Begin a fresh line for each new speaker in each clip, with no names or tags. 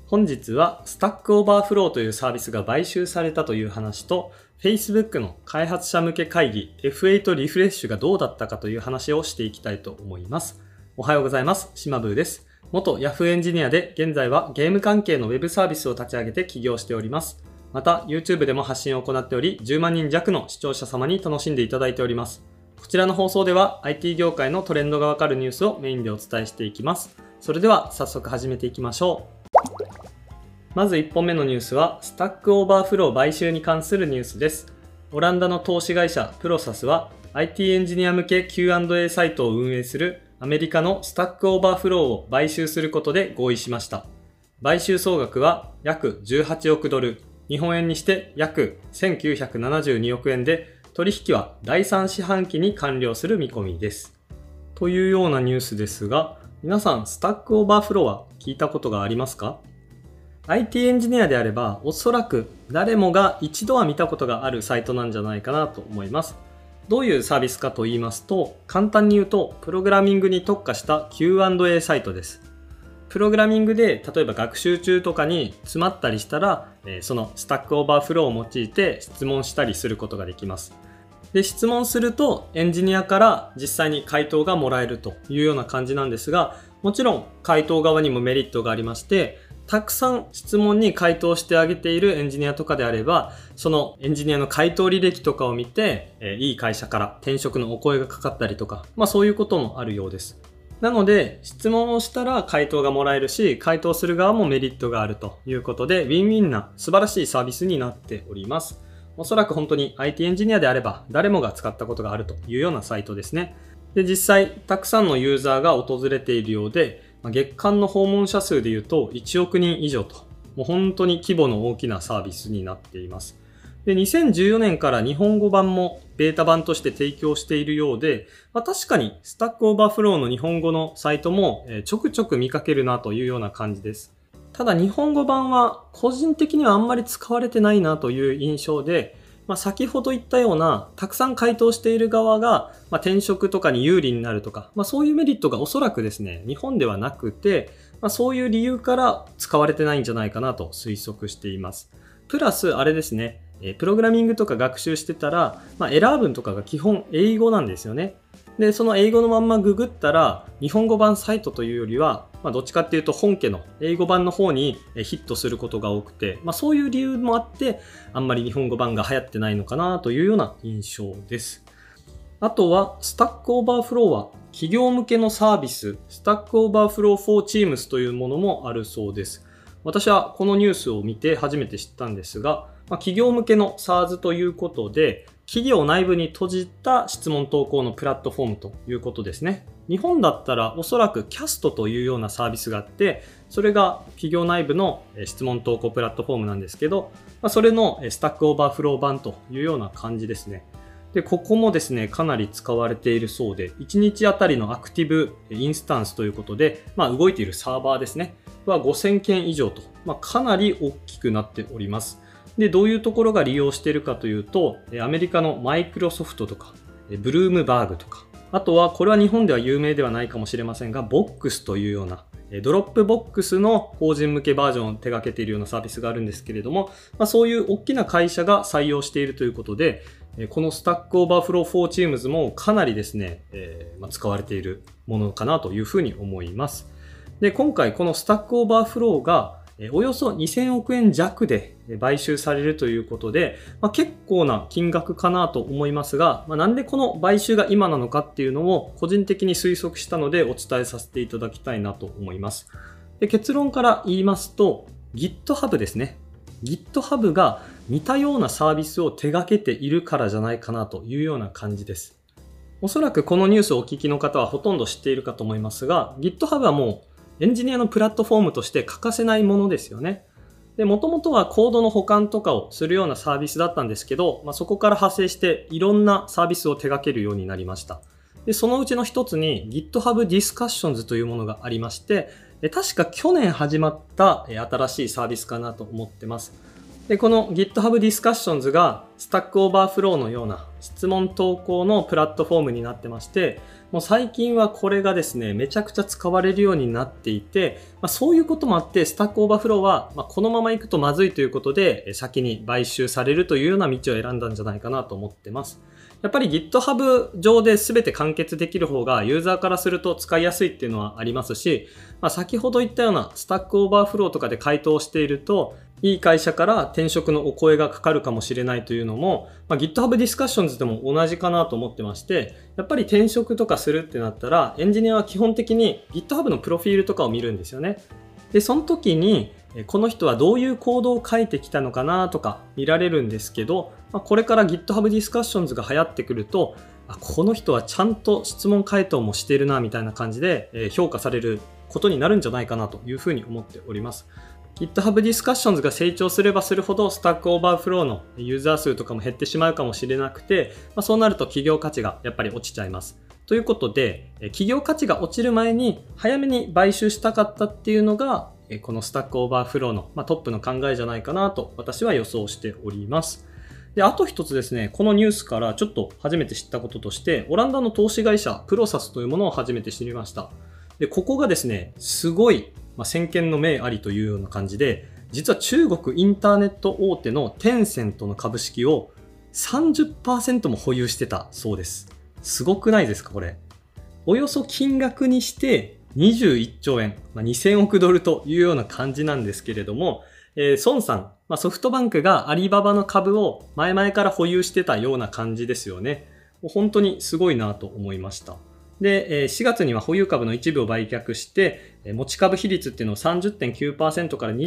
本日はスタックオーバーフローというサービスが買収されたという話と Facebook の開発者向け会議 F8 リフレッシュがどうだったかという話をしていきたいと思います。おはようございます。しまぶーです。元 Yahoo エンジニアで現在はゲーム関係のウェブサービスを立ち上げて起業しております。また YouTube でも発信を行っており10万人弱の視聴者様に楽しんでいただいております。こちらの放送では IT 業界のトレンドがわかるニュースをメインでお伝えしていきます。それでは早速始めていきましょう。まず1本目のニュースはスタックオーバーフロー買収に関するニュースです。オランダの投資会社プロサスは IT エンジニア向け Q&A サイトを運営するアメリカのスタックオーバーフローを買収することで合意しました。買収総額は約18億ドル、日本円にして約1972億円で、取引は第3四半期に完了する見込みです。というようなニュースですが、皆さんスタックオーバーフローは聞いたことがありますか？ IT エンジニアであればおそらく誰もが一度は見たことがあるサイトなんじゃないかなと思います。どういうサービスかと言いますと、簡単に言うとプログラミングに特化した Q&A サイトです。プログラミングで例えば学習中とかに詰まったりしたら、そのスタックオーバーフローを用いて質問したりすることができます。で、質問するとエンジニアから実際に回答がもらえるというような感じなんですが、もちろん回答側にもメリットがありまして、たくさん質問に回答してあげているエンジニアとかであれば、そのエンジニアの回答履歴とかを見て、いい会社から転職のお声がかかったりとか、そういうこともあるようです。なので、質問をしたら回答がもらえるし、回答する側もメリットがあるということで、ウィンウィンな素晴らしいサービスになっております。おそらく本当に IT エンジニアであれば誰もが使ったことがあるというようなサイトですね。で、実際たくさんのユーザーが訪れているようで、月間の訪問者数でいうと1億人以上と、もう本当に規模の大きなサービスになっています。で、2014年から日本語版もベータ版として提供しているようで、確かにスタックオーバーフローの日本語のサイトもちょくちょく見かけるなというような感じです。ただ日本語版は個人的にはあんまり使われてないなという印象で、先ほど言ったようなたくさん回答している側が、転職とかに有利になるとか、そういうメリットがおそらくですね、日本ではなくて、そういう理由から使われてないんじゃないかなと推測しています。プラスあれですね、プログラミングとか学習してたら、エラー文とかが基本英語なんですよね。で、その英語のまんまググったら、日本語版サイトというよりは、どっちかっていうと本家の英語版の方にヒットすることが多くて、そういう理由もあって、あんまり日本語版が流行ってないのかなというような印象です。あとは、スタックオーバーフローは企業向けのサービス、スタックオーバーフロー4 Teams というものもあるそうです。私はこのニュースを見て初めて知ったんですが、企業向けの SaaS ということで、企業内部に閉じた質問投稿のプラットフォームということですね。日本だったらおそらくキャストというようなサービスがあって、それが企業内部の質問投稿プラットフォームなんですけど、それのスタックオーバーフロー版というような感じですね。で、ここもですね、かなり使われているそうで、1日あたりのアクティブインスタンスということで、動いているサーバーですね、は5000件以上と、かなり大きくなっております。で、どういうところが利用しているかというと、アメリカのマイクロソフトとか、ブルームバーグとか、あとはこれは日本では有名ではないかもしれませんが、ボックスというような、ドロップボックスの法人向けバージョンを手掛けているようなサービスがあるんですけれども、そういう大きな会社が採用しているということで、このスタックオーバーフロー4 Teams もかなりですね、使われているものかなというふうに思います。で、今回このスタックオーバーフローがおよそ2000億円弱で買収されるということで、結構な金額かなと思いますが、なんでこの買収が今なのかっていうのを個人的に推測したのでお伝えさせていただきたいなと思います。で、結論から言いますと、GitHub ですね。GitHub が似たようなサービスを手掛けているからじゃないかなというような感じです。おそらくこのニュースをお聞きの方はほとんど知っているかと思いますが、GitHub はもうエンジニアのプラットフォームとして欠かせないものですよね。で、もともとはコードの保管とかをするようなサービスだったんですけど、そこから派生していろんなサービスを手掛けるようになりました。で、そのうちの一つに GitHub Discussions というものがありまして、確か去年始まった新しいサービスかなと思ってます。で、この GitHub Discussions が Stack Overflow のような質問投稿のプラットフォームになってまして、 もう最近はこれがですね、めちゃくちゃ使われるようになっていて、そういうこともあって、スタックオーバーフローは、このまま行くとまずいということで、先に買収されるというような道を選んだんじゃないかなと思ってます。やっぱり GitHub 上で全て完結できる方がユーザーからすると使いやすいっていうのはありますし、先ほど言ったようなスタックオーバーフローとかで回答していると、いい会社から転職のお声がかかるかもしれないというのも、GitHub Discussions でも同じかなと思ってまして、やっぱり転職とかするってなったら、エンジニアは基本的に GitHub のプロフィールとかを見るんですよね。で、その時に、この人はどういうコードを書いてきたのかなとか見られるんですけど、これから GitHub Discussions が流行ってくると、この人はちゃんと質問回答もしているなみたいな感じで評価されることになるんじゃないかなというふうに思っております。GitHub Discussions が成長すればするほど Stack Overflow のユーザー数とかも減ってしまうかもしれなくて、そうなると企業価値がやっぱり落ちちゃいます。ということで、企業価値が落ちる前に早めに買収したかったっていうのが、この Stack Overflow のトップの考えじゃないかなと私は予想しております。で、あと一つですね、このニュースからちょっと初めて知ったこととして、オランダの投資会社プロサスというものを初めて知りました。で、ここがですね、すごい先見の明ありというような感じで、実は中国インターネット大手のテンセントの株式を 30% も保有してたそうです。すごくないですかこれ。およそ金額にして21兆円、2000億ドルというような感じなんですけれども、孫さん、ソフトバンクがアリババの株を前々から保有してたような感じですよね。本当にすごいなと思いました。で、4月には保有株の一部を売却して、持ち株比率っていうのを 30.9% から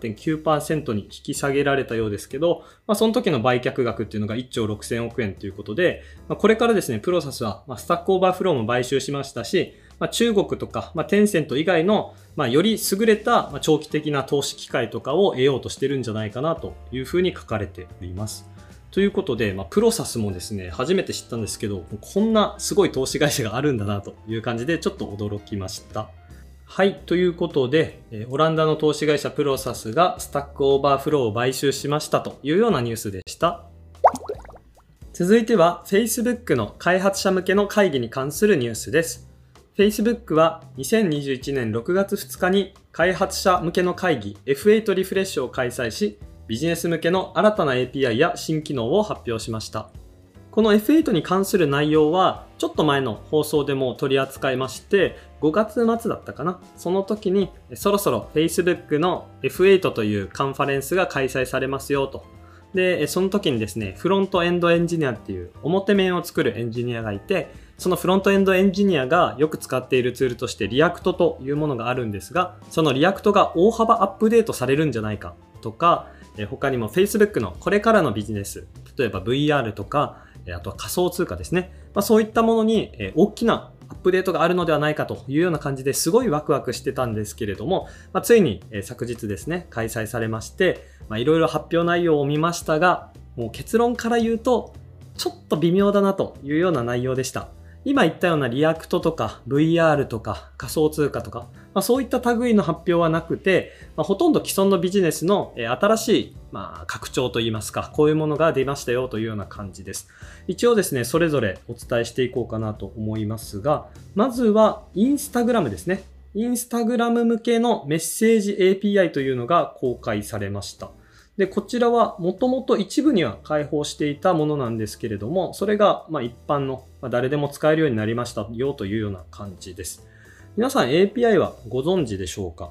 28.9% に引き下げられたようですけど、その時の売却額っていうのが1兆6000億円ということで、これからですね、プロサスは、スタックオーバーフローも買収しましたし、中国とか、テンセント以外の、より優れた長期的な投資機会とかを得ようとしてるんじゃないかなというふうに書かれております。ということで、プロサスもですね、初めて知ったんですけど、こんなすごい投資会社があるんだなという感じで、ちょっと驚きました。はい、ということで、オランダの投資会社プロサスがスタックオーバーフローを買収しましたというようなニュースでした。続いては、Facebook の開発者向けの会議に関するニュースです。Facebook は2021年6月2日に開発者向けの会議 F8 リフレッシュを開催し、ビジネス向けの新たな API や新機能を発表しました。この F8 に関する内容はちょっと前の放送でも取り扱いまして、5月末だったかな。その時にそろそろ Facebook の F8 というカンファレンスが開催されますよと。で、その時にですね、フロントエンドエンジニアっていう表面を作るエンジニアがいて、そのフロントエンドエンジニアがよく使っているツールとしてリアクトというものがあるんですが、そのリアクトが大幅アップデートされるんじゃないかとか、他にも Facebook のこれからのビジネス、例えば VR とか、あとは仮想通貨ですね。そういったものに大きなアップデートがあるのではないかというような感じですごいワクワクしてたんですけれども、ついに昨日ですね、開催されまして、いろいろ発表内容を見ましたが、もう結論から言うと、ちょっと微妙だなというような内容でした。今言ったようなリアクトとか VR とか仮想通貨とか、そういった類の発表はなくて、ほとんど既存のビジネスの新しい拡張といいますか、こういうものが出ましたよというような感じです。一応ですね、それぞれお伝えしていこうかなと思いますが、まずはインスタグラムですね。インスタグラム向けのメッセージ API というのが公開されました。で、こちらはもともと一部には開放していたものなんですけれども、それが一般の誰でも使えるようになりましたよというような感じです。皆さん API はご存知でしょうか？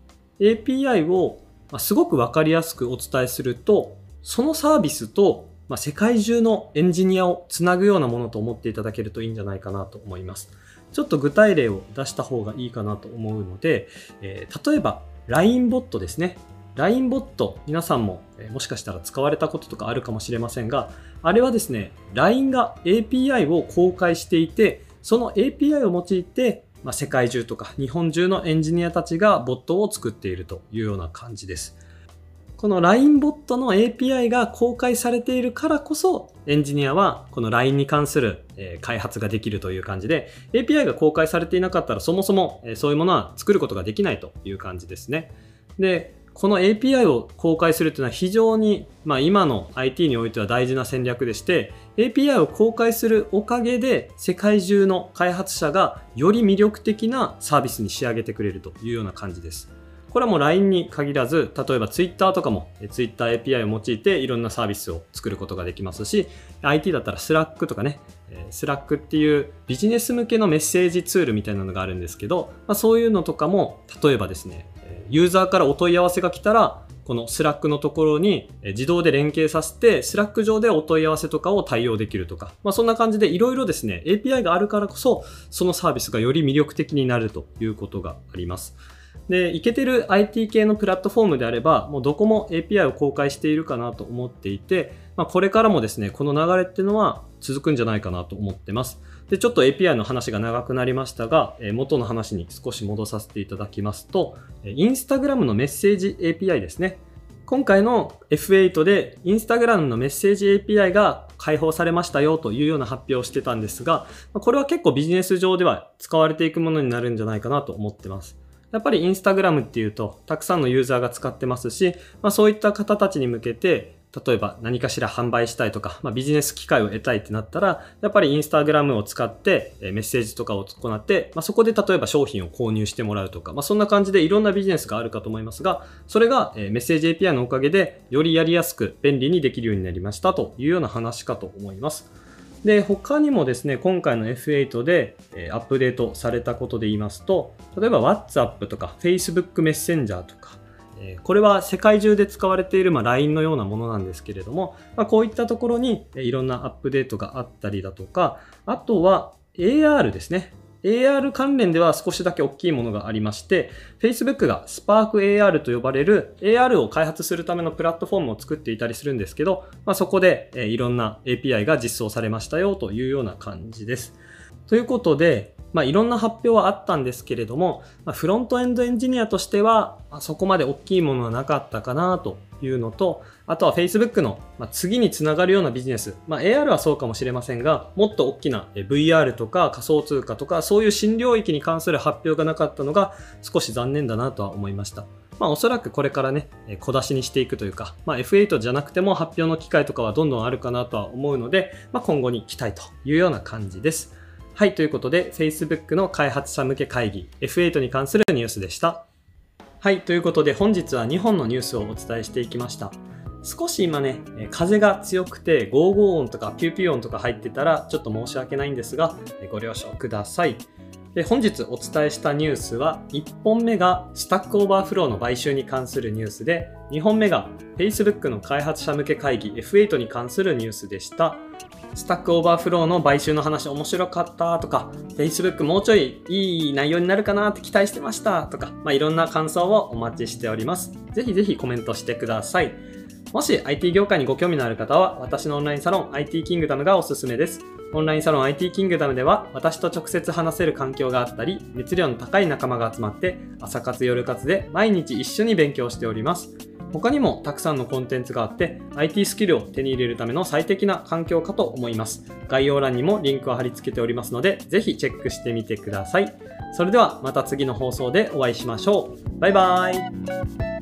API をすごくわかりやすくお伝えすると、そのサービスと世界中のエンジニアをつなぐようなものと思っていただけるといいんじゃないかなと思います。ちょっと具体例を出した方がいいかなと思うので、例えば LINE ボットですね。LINE ボット、皆さんももしかしたら使われたこととかあるかもしれませんが、あれはですね、LINE が API を公開していて、その API を用いて、世界中とか日本中のエンジニアたちがボットを作っているというような感じです。この LINE ボットの API が公開されているからこそ、エンジニアはこの LINE に関する開発ができるという感じで、API が公開されていなかったらそもそもそういうものは作ることができないという感じですね。で、 この API を公開するというのは非常に、今の IT においては大事な戦略でして、API を公開するおかげで世界中の開発者がより魅力的なサービスに仕上げてくれるというような感じです。これはもう LINE に限らず、例えば Twitter とかも Twitter API を用いていろんなサービスを作ることができますし、IT だったら Slack とかね、Slack っていうビジネス向けのメッセージツールみたいなのがあるんですけど、そういうのとかも、例えばですね、ユーザーからお問い合わせが来たら、この Slack のところに自動で連携させて Slack 上でお問い合わせとかを対応できるとか、そんな感じでいろいろですね、API があるからこそ、そのサービスがより魅力的になるということがあります。で、イケてる IT 系のプラットフォームであれば、もうどこも API を公開しているかなと思っていて、これからもですね、この流れっていうのは続くんじゃないかなと思ってます。で、ちょっと API の話が長くなりましたが、元の話に少し戻させていただきますと、Instagram のメッセージ API ですね。今回の F8 で Instagram のメッセージ API が開放されましたよというような発表をしてたんですが、これは結構ビジネス上では使われていくものになるんじゃないかなと思ってます。やっぱりインスタグラムっていうとたくさんのユーザーが使ってますし、そういった方たちに向けて例えば何かしら販売したいとか、ビジネス機会を得たいってなったら、やっぱりインスタグラムを使ってメッセージとかを行って、そこで例えば商品を購入してもらうとか、そんな感じでいろんなビジネスがあるかと思いますが、それがメッセージ API のおかげでよりやりやすく便利にできるようになりましたというような話かと思います。で、他にもですね、今回の F8 でアップデートされたことで言いますと、例えば WhatsApp とか Facebook メッセンジャーとか、これは世界中で使われているLINE のようなものなんですけれども、こういったところにいろんなアップデートがあったりだとか、あとは AR ですね。AR 関連では少しだけ大きいものがありまして、Facebook が Spark AR と呼ばれる AR を開発するためのプラットフォームを作っていたりするんですけど、そこでいろんな API が実装されましたよというような感じです。ということで、いろんな発表はあったんですけれども、フロントエンドエンジニアとしては、そこまで大きいものはなかったかなというのと、あとは Facebook の次につながるようなビジネス、AR はそうかもしれませんが、もっと大きな VR とか仮想通貨とか、そういう新領域に関する発表がなかったのが少し残念だなとは思いました。おそらくこれからね、小出しにしていくというか、F8 じゃなくても発表の機会とかはどんどんあるかなとは思うので、今後に期待というような感じです。はい、ということで Facebook の開発者向け会議 F8 に関するニュースでした。はい、ということで本日は2本のニュースをお伝えしていきました。少し今ね、風が強くてゴーゴー音とかピューピュー音とか入ってたらちょっと申し訳ないんですが、ご了承ください。で、本日お伝えしたニュースは1本目がスタックオーバーフローの買収に関するニュースで、2本目が Facebook の開発者向け会議 F8 に関するニュースでした。スタックオーバーフローの買収の話面白かったとか、Facebook もうちょいいい内容になるかなって期待してましたとか、いろんな感想をお待ちしております。ぜひぜひコメントしてください。もし IT 業界にご興味のある方は、私のオンラインサロン IT キングダムがおすすめです。オンラインサロン IT キングダムでは、私と直接話せる環境があったり、熱量の高い仲間が集まって、朝活夜活で毎日一緒に勉強しております。他にもたくさんのコンテンツがあって IT スキルを手に入れるための最適な環境かと思います。概要欄にもリンクを貼り付けておりますので、ぜひチェックしてみてください。それではまた次の放送でお会いしましょう。バイバイ。